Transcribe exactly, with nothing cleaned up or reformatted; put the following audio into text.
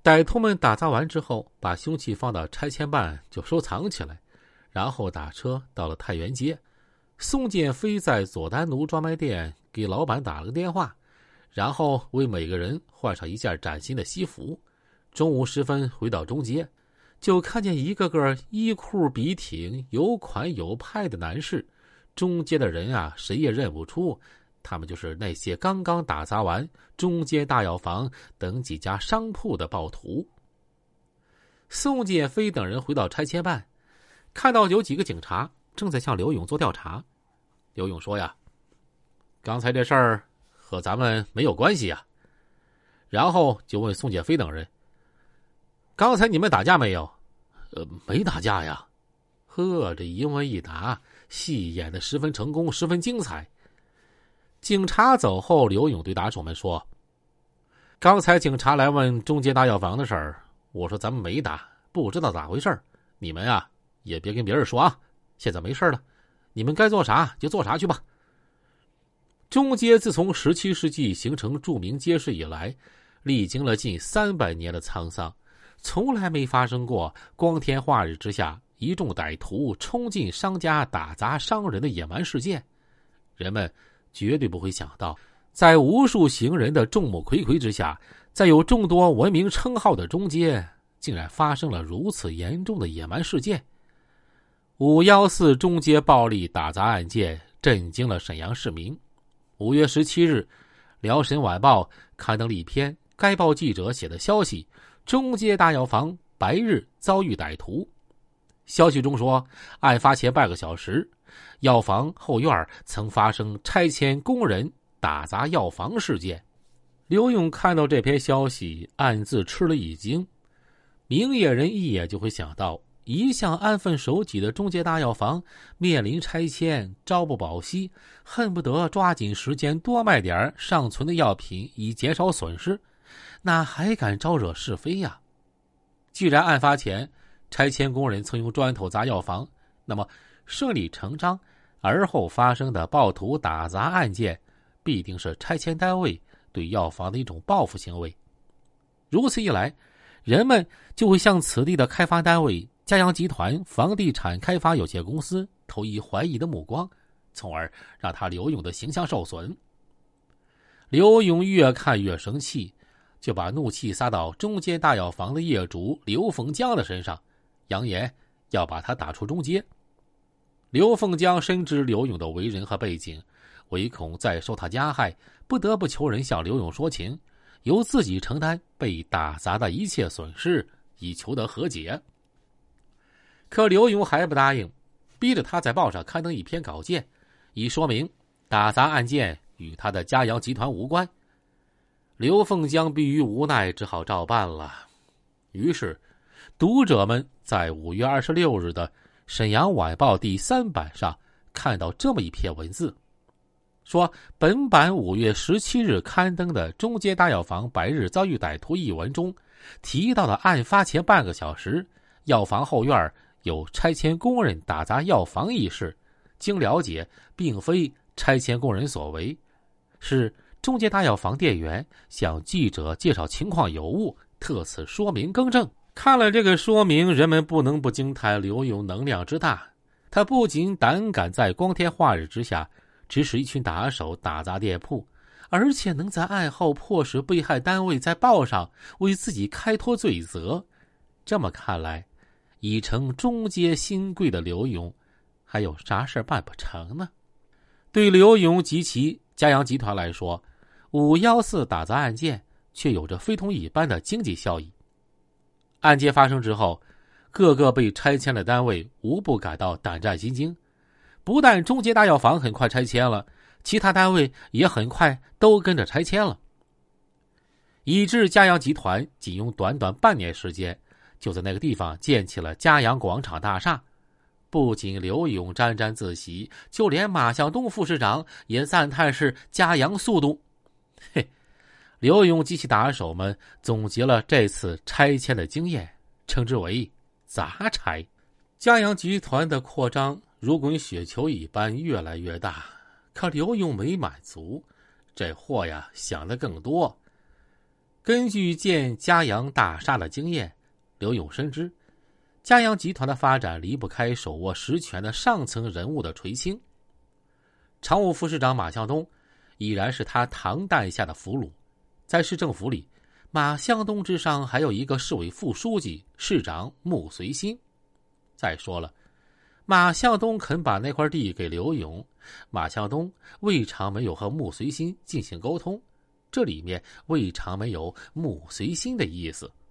歹徒们打砸完之后，把凶器放到拆迁办就收藏起来，然后打车到了太原街。宋建飞在佐丹奴专卖店给老板打了个电话，然后为每个人换上一件崭新的西服。中午时分回到中街，就看见一个个衣裤笔挺、有款有派的男士。中街的人啊，谁也认不出，他们就是那些刚刚打砸完中街大药房等几家商铺的暴徒。宋建飞等人回到拆迁办，看到有几个警察正在向刘勇做调查。刘勇说呀，刚才这事儿和咱们没有关系呀。然后就问宋建飞等人，刚才你们打架没有？呃，没打架呀。呵，这一问一答，戏演得十分成功，十分精彩。警察走后，刘勇对打手们说，刚才警察来问中街大药房的事儿，我说咱们没打，不知道咋回事，你们啊也别跟别人说啊，现在没事了，你们该做啥就做啥去吧。中街自从十七世纪形成著名街市以来，历经了近三百年的沧桑，从来没发生过光天化日之下一众歹徒冲进商家打砸商人的野蛮事件。人们绝对不会想到，在无数行人的众目睽睽之下，在有众多闻名称号的中街，竟然发生了如此严重的野蛮事件。五一四中街暴力打砸案件震惊了沈阳市民。五月十七日，辽沈晚报刊登了一篇该报记者写的消息，中街大药房白日遭遇歹徒。消息中说，案发前半个小时，药房后院曾发生拆迁工人打砸药房事件。刘勇看到这篇消息，暗自吃了一惊。明眼人一眼就会想到，一向安分守己的中街大药房面临拆迁，朝不保夕，恨不得抓紧时间多卖点尚存的药品以减少损失，哪还敢招惹是非呀？既然案发前拆迁工人曾用砖头砸药房，那么顺理成章，而后发生的暴徒打砸案件必定是拆迁单位对药房的一种报复行为。如此一来，人们就会向此地的开发单位嘉阳集团房地产开发有限公司投以怀疑的目光，从而让他刘勇的形象受损。刘勇越看越生气，就把怒气撒到中街大药房的业主刘凤江的身上，扬言要把他打出中街。刘凤江深知刘勇的为人和背景，唯恐再受他加害，不得不求人向刘勇说情，由自己承担被打砸的一切损失，以求得和解。可刘勇还不答应，逼着他在报上刊登一篇稿件，以说明打砸案件与他的嘉阳集团无关。刘凤江逼于无奈，只好照办了。于是读者们在五月二十六日的沈阳晚报第三版上看到这么一篇文字，说本版五月十七日刊登的中街大药房白日遭遇歹徒一文中提到的案发前半个小时，药房后院有拆迁工人打砸药房一事，经了解并非拆迁工人所为，是中街大药房店员向记者介绍情况有误，特此说明更正。看了这个说明，人们不能不惊叹刘勇能量之大。他不仅胆敢在光天化日之下指使一群打手打砸店铺，而且能在案后迫使被害单位在报上为自己开脱罪责。这么看来，已成中街新贵的刘勇还有啥事办不成呢？对刘勇及其嘉阳集团来说，五一四打砸案件却有着非同一般的经济效益。案件发生之后，各个被拆迁的单位无不感到胆战心惊。不但中街大药房很快拆迁了，其他单位也很快都跟着拆迁了，以致嘉阳集团仅用短短半年时间，就在那个地方建起了嘉阳广场大厦。不仅刘勇沾沾自喜，就连马向东副市长也赞叹是嘉阳速度。嘿，刘勇及其打手们总结了这次拆迁的经验，称之为杂拆。嘉阳集团的扩张如滚雪球一般越来越大，可刘勇没满足，这货呀想得更多。 根据建嘉阳大厦的经验，刘勇深知嘉阳集团的发展离不开手握实权的上层人物的垂青。常务副市长马向东已然是他唐代下的俘虏，在市政府里，马向东之上还有一个市委副书记、市长穆随心。再说了，马向东肯把那块地给刘勇，马向东未尝没有和穆随心进行沟通，这里面未尝没有穆随心的意思。